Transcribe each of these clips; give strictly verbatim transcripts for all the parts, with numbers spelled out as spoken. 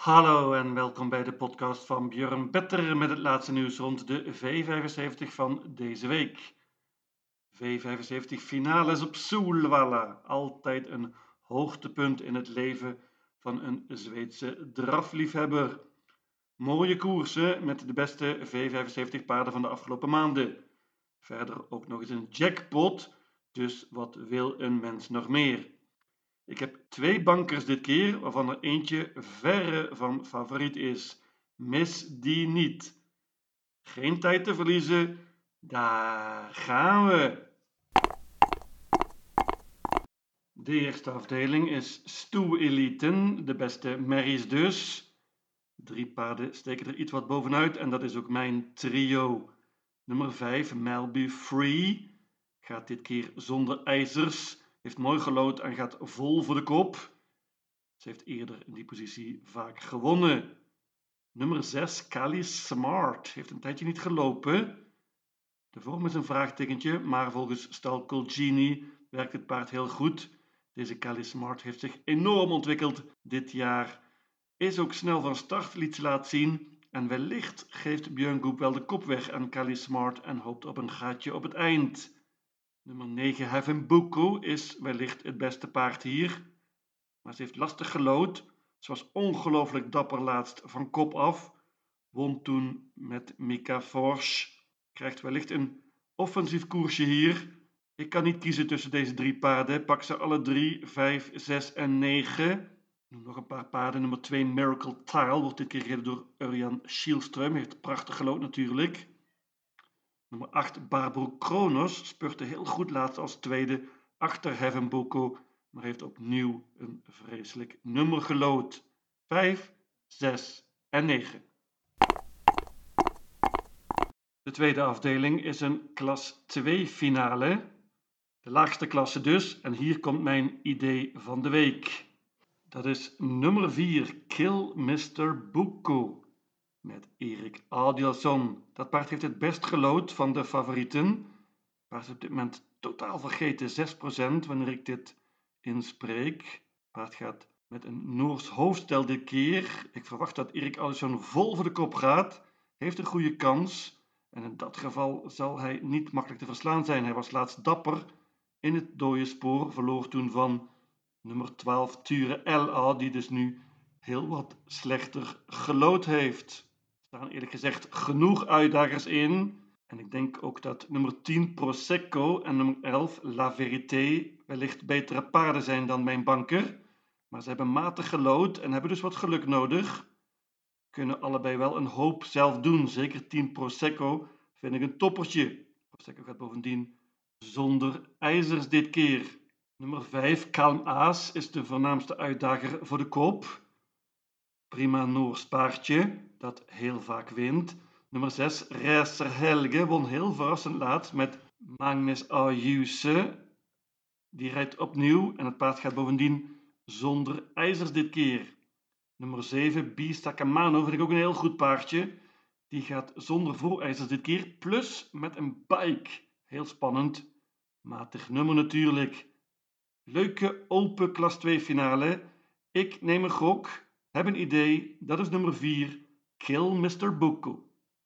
Hallo en welkom bij de podcast van Björn Better met het laatste nieuws rond de V vijfenzeventig van deze week. V vijfenzeventig finales op Solvalla, altijd een hoogtepunt in het leven van een Zweedse drafliefhebber. Mooie koersen met de beste V vijfenzeventig paarden van de afgelopen maanden. Verder ook nog eens een jackpot, dus wat wil een mens nog meer? Ik heb twee bankers dit keer, waarvan er eentje verre van favoriet is. Mis die niet. Geen tijd te verliezen. Daar gaan we. De eerste afdeling is Stoe-eliten, de beste merries dus. Drie paarden steken er iets wat bovenuit en dat is ook mijn trio. Nummer vijf, Melby Free, gaat dit keer zonder ijzers. Heeft mooi gelood en gaat vol voor de kop. Ze heeft eerder in die positie vaak gewonnen. Nummer zes, Kali Smart, heeft een tijdje niet gelopen. De vorm is een vraagtekentje, maar volgens stal Colgini werkt het paard heel goed. Deze Kali Smart heeft zich enorm ontwikkeld dit jaar. Is ook snel van start, liet ze laten zien. En wellicht geeft Björn Goop wel de kop weg aan Kali Smart en hoopt op een gaatje op het eind. Nummer negen, Heaven Buko, is wellicht het beste paard hier. Maar ze heeft lastig gelood. Ze was ongelooflijk dapper laatst van kop af. Won toen met Mika Forge. Krijgt wellicht een offensief koersje hier. Ik kan niet kiezen tussen deze drie paarden. Pak ze alle drie, vijf, zes en negen. Nog een paar paarden. Nummer twee, Miracle Tile. Wordt dit keer gereden door Örjan Kihlström. Heeft prachtig gelood natuurlijk. Nummer acht, Barbro Kronos. Spurte heel goed laatst als tweede achter Heaven Boko. Maar heeft opnieuw een vreselijk nummer gelood. vijf, zes en negen. De tweede afdeling is een klas twee finale. De laagste klasse dus. En hier komt mijn idee van de week. Dat is nummer vier, Kill mister Buko. Met Erik Adielsson. Dat paard heeft het best gelood van de favorieten. Paard is op dit moment totaal vergeten, zes procent wanneer ik dit inspreek. Paard gaat met een Noors hoofdstel dit keer. Ik verwacht dat Erik Adielsson vol voor de kop gaat. Heeft een goede kans. En in dat geval zal hij niet makkelijk te verslaan zijn. Hij was laatst dapper in het dode spoor. Verloor toen van nummer twaalf Ture L A, die dus nu heel wat slechter gelood heeft. Er staan eerlijk gezegd genoeg uitdagers in. En ik denk ook dat nummer tien Prosecco en nummer elf La Vérité wellicht betere paarden zijn dan mijn banker. Maar ze hebben matig gelood en hebben dus wat geluk nodig. Kunnen allebei wel een hoop zelf doen. Zeker tien Prosecco vind ik een toppertje. Prosecco gaat bovendien zonder ijzers dit keer. Nummer vijf, Kalm Aas, is de voornaamste uitdager voor de kop. Prima Noors paardje, dat heel vaak wint. Nummer zes, Reister Helge, won heel verrassend laat met Magnus Ayuse. Die rijdt opnieuw en het paard gaat bovendien zonder ijzers dit keer. Nummer zeven, Beast Camano, vind ik ook een heel goed paardje. Die gaat zonder voorijzers dit keer, plus met een bike. Heel spannend. Matig nummer natuurlijk. Leuke open klas twee finale. Ik neem een gok. Heb een idee. Dat is nummer vier. Kill mister Buko.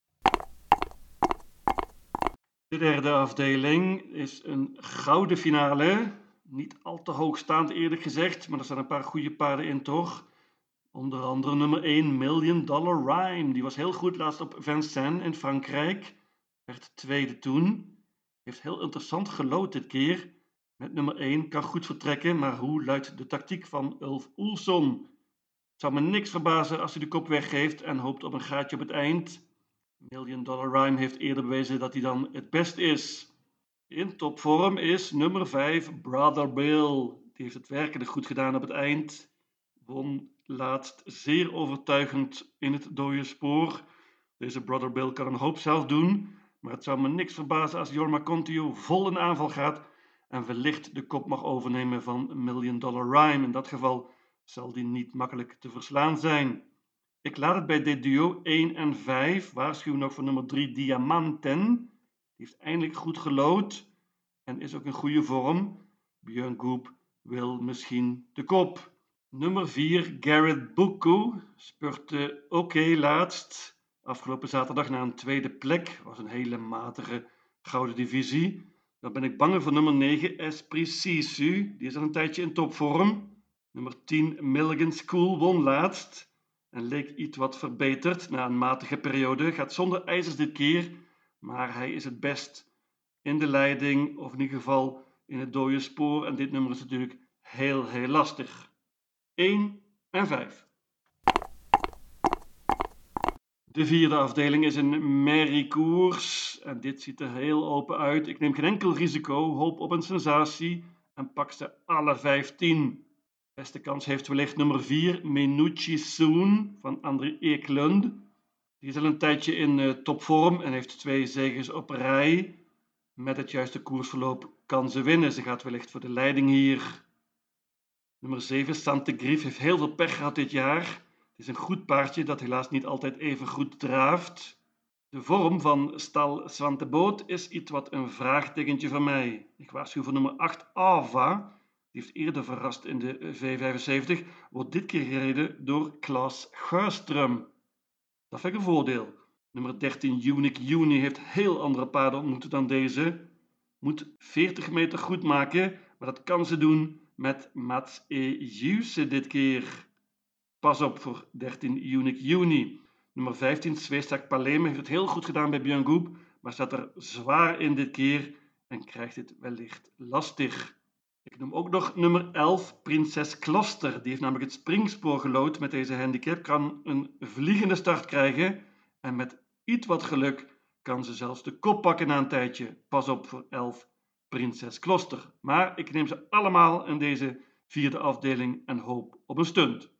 De derde afdeling is een gouden finale. Niet al te hoogstaand eerlijk gezegd, maar er staan een paar goede paarden in toch. Onder andere nummer één, Million Dollar Rhyme. Die was heel goed laatst op Vincennes in Frankrijk. Werd tweede toen. Heeft heel interessant gelood dit keer. Met nummer één kan goed vertrekken, maar hoe luidt de tactiek van Ulf Oelsson? Het zou me niks verbazen als hij de kop weggeeft en hoopt op een gaatje op het eind. Million Dollar Rhyme heeft eerder bewezen dat hij dan het best is. In topvorm is nummer vijf, Brother Bill. Die heeft het werkelijk goed gedaan op het eind. Won laatst zeer overtuigend in het dode spoor. Deze Brother Bill kan een hoop zelf doen, maar het zou me niks verbazen als Jorma Kontio vol in aanval gaat en wellicht de kop mag overnemen van Million Dollar Rhyme. In dat geval zal die niet makkelijk te verslaan zijn. Ik laat het bij dit duo één en vijf. Waarschuw nog voor nummer drie Diamanten. Die heeft eindelijk goed gelood en is ook in goede vorm. Björn Goop wil misschien de kop. Nummer vier, Garrett Bucco, spurte oké laatst. Afgelopen zaterdag na een tweede plek. Was een hele matige gouden divisie. Dan ben ik bang voor nummer negen, Esprit Sisu. Die is al een tijdje in topvorm. Nummer tien, Milligan School, won laatst. En leek iets wat verbeterd na een matige periode. Gaat zonder ijzers dit keer. Maar hij is het best in de leiding. Of in ieder geval in het dode spoor. En dit nummer is natuurlijk heel, heel lastig. één en vijf. De vierde afdeling is een merriekoers en dit ziet er heel open uit. Ik neem geen enkel risico, hoop op een sensatie en pak ze alle vijftien. Beste kans heeft wellicht nummer vier, Menucci Soon van André Eklund. Die is al een tijdje in uh, topvorm en heeft twee zeges op rij. Met het juiste koersverloop kan ze winnen. Ze gaat wellicht voor de leiding hier. Nummer zeven, Santegrief, heeft heel veel pech gehad dit jaar. Het is een goed paardje dat helaas niet altijd even goed draaft. De vorm van stal Swanteboot is iets wat een vraagtekentje van mij. Ik waarschuw voor nummer acht, Ava. Die heeft eerder verrast in de V vijfenzeventig. Wordt dit keer gereden door Klaas Schuurström. Dat vind ik een voordeel. Nummer dertien, Unique Uni, heeft heel andere paarden ontmoet dan deze. Moet veertig meter goed maken, maar dat kan ze doen met Mats E. Juse dit keer. Pas op voor dertien, Unique Uni. Nummer vijftien, Zweestak Paleme, heeft het heel goed gedaan bij Björn Goop, maar staat er zwaar in dit keer en krijgt het wellicht lastig. Ik noem ook nog nummer elf, Prinses Kloster. Die heeft namelijk het springspoor gelood met deze handicap, kan een vliegende start krijgen en met iets wat geluk kan ze zelfs de kop pakken na een tijdje. Pas op voor elf, Prinses Kloster. Maar ik neem ze allemaal in deze vierde afdeling en hoop op een stunt.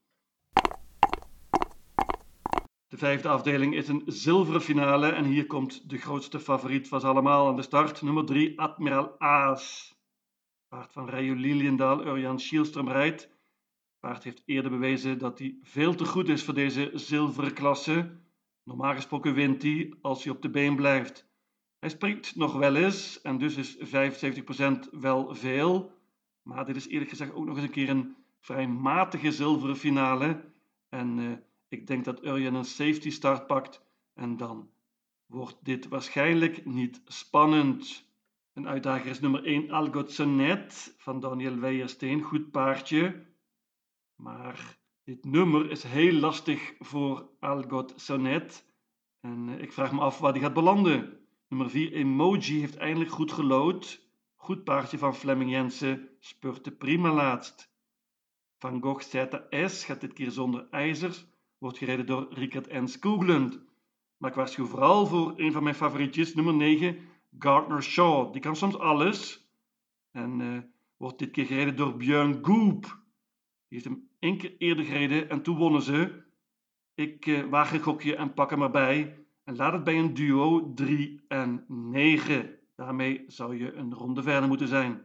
De vijfde afdeling is een zilveren finale en hier komt de grootste favoriet van ze allemaal aan de start. Nummer drie, Admiraal Aas. Paard van Reijo Liliendaal, Örjan Kihlström rijdt. Paard heeft eerder bewezen dat hij veel te goed is voor deze zilveren klasse. Normaal gesproken wint hij als hij op de been blijft. Hij springt nog wel eens en dus is vijfenzeventig procent wel veel. Maar dit is eerlijk gezegd ook nog eens een keer een vrij matige zilveren finale. En uh, ik denk dat Örjan een safety start pakt en dan wordt dit waarschijnlijk niet spannend. Een uitdager is nummer één, Algot Sonnet van Daniel Weijersteen. Goed paardje. Maar dit nummer is heel lastig voor Algot Sonnet. En uh, ik vraag me af waar die gaat belanden. Nummer vier, Emoji, heeft eindelijk goed gelood. Goed paardje van Flemming Jensen, spurte prima laatst. Van Gogh Zeta S gaat dit keer zonder ijzers, wordt gereden door Rickert en Skoglund. Maar ik waarschuw vooral voor een van mijn favorietjes, nummer negen, Gardner Shaw. Die kan soms alles. En uh, wordt dit keer gereden door Björn Goop. Die heeft hem één keer eerder gereden en toen wonnen ze. Ik uh, waag een gokje en pak hem erbij. En laat het bij een duo drie en negen. Daarmee zou je een ronde verder moeten zijn.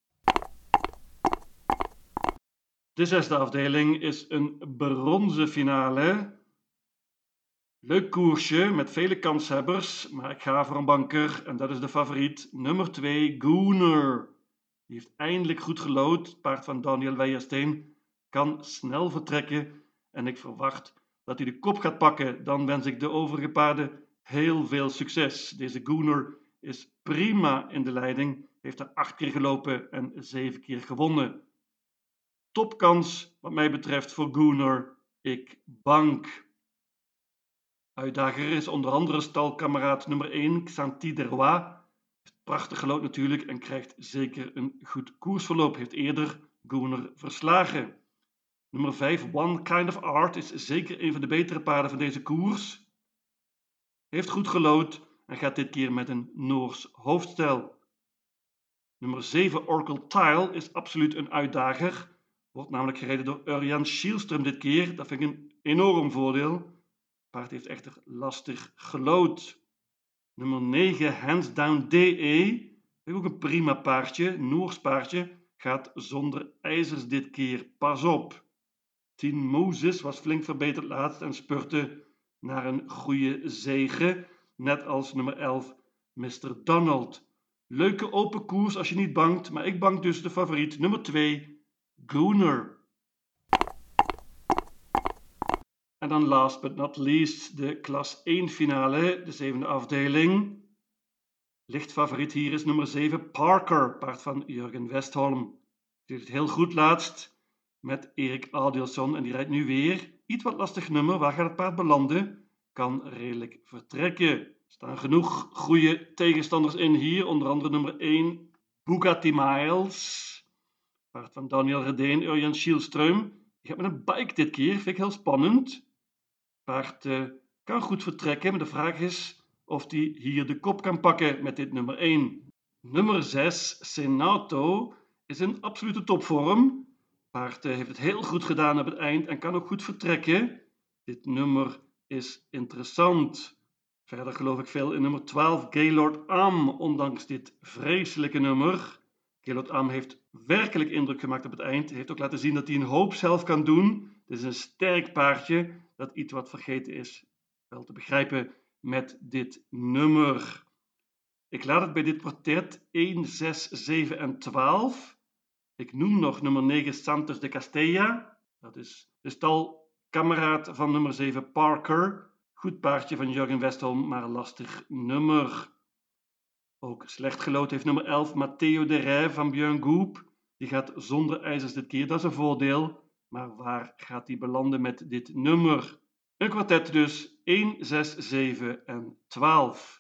De zesde afdeling is een bronzen finale. Leuk koersje met vele kanshebbers, maar ik ga voor een banker en dat is de favoriet, nummer twee, Gooner. Die heeft eindelijk goed gelood, paard van Daniel Weijersteen, kan snel vertrekken en ik verwacht dat hij de kop gaat pakken. Dan wens ik de overige paarden heel veel succes. Deze Gooner is prima in de leiding, heeft er acht keer gelopen en zeven keer gewonnen. Topkans wat mij betreft voor Gooner, ik bank. Uitdager is onder andere stalkameraad nummer één, Xanthi Derrois. Heeft prachtig gelood natuurlijk en krijgt zeker een goed koersverloop. Heeft eerder Gooner verslagen. Nummer vijf, One Kind of Art, is zeker een van de betere paarden van deze koers. Heeft goed gelood en gaat dit keer met een Noors hoofdstel. Nummer zeven, Oracle Tile, is absoluut een uitdager. Wordt namelijk gereden door Örjan Kihlström dit keer. Dat vind ik een enorm voordeel. Paard heeft echter lastig gelood. Nummer negen, Hands Down D E. Ook een prima paardje, Noors paardje. Gaat zonder ijzers dit keer. Pas op. tien, Moses, was flink verbeterd laatst en spurte naar een goede zege. Net als nummer elf, mister Donald. Leuke open koers als je niet bangt, maar ik bank dus de favoriet nummer twee, Gooner. En dan last but not least de klas één finale, de zevende afdeling. Licht favoriet hier is nummer zeven Parker, paard van Jurgen Westholm. Die doet het heel goed laatst met Erik Adielsson en die rijdt nu weer. Iets wat lastig nummer, waar gaat het paard belanden? Kan redelijk vertrekken. Er staan genoeg goede tegenstanders in hier, onder andere nummer één Bugatti Miles. Paard van Daniel Redeen, Örjan Kihlström. Die gaat met een bike dit keer, vind ik heel spannend. Paard uh, kan goed vertrekken, maar de vraag is of hij hier de kop kan pakken met dit nummer één. Nummer zes, Senato, is in absolute topvorm. Paard uh, heeft het heel goed gedaan op het eind en kan ook goed vertrekken. Dit nummer is interessant. Verder geloof ik veel in nummer twaalf, Gaylord Am, ondanks dit vreselijke nummer. Gaylord Am heeft werkelijk indruk gemaakt op het eind. Hij heeft ook laten zien dat hij een hoop zelf kan doen. Het is een sterk paardje dat iets wat vergeten is wel te begrijpen met dit nummer. Ik laat het bij dit kwartet één, zes, zeven en twaalf. Ik noem nog nummer negen Santos de Castella. Dat is de stalkameraad van nummer zeven Parker. Goed paardje van Jurgen Westholm, maar een lastig nummer. Ook slecht gelood heeft nummer elf Matteo de Rij van Björn Goop. Die gaat zonder ijzers dit keer, dat is een voordeel. Maar waar gaat hij belanden met dit nummer? Een kwartet dus, één, zes, zeven en twaalf.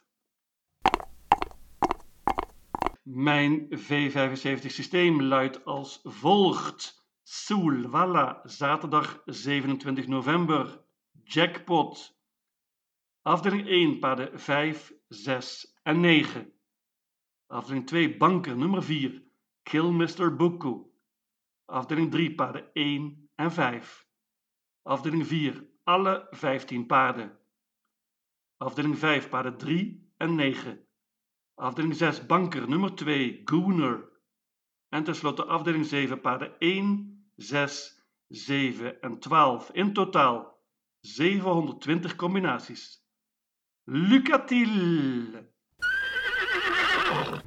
Mijn V vijfenzeventig systeem luidt als volgt. Solvalla, zaterdag zevenentwintig november. Jackpot. Afdeling één, paarden vijf, zes en negen. Afdeling twee, banker nummer vier, Kill mister Buku. Afdeling drie, paarden één en vijf. Afdeling vier, alle vijftien paarden. Afdeling vijf, paarden drie en negen. Afdeling zes, banker nummer twee, Gooner. En tenslotte afdeling zeven, paarden één, zes, zeven en twaalf. In totaal zevenhonderdtwintig combinaties. Lucatil!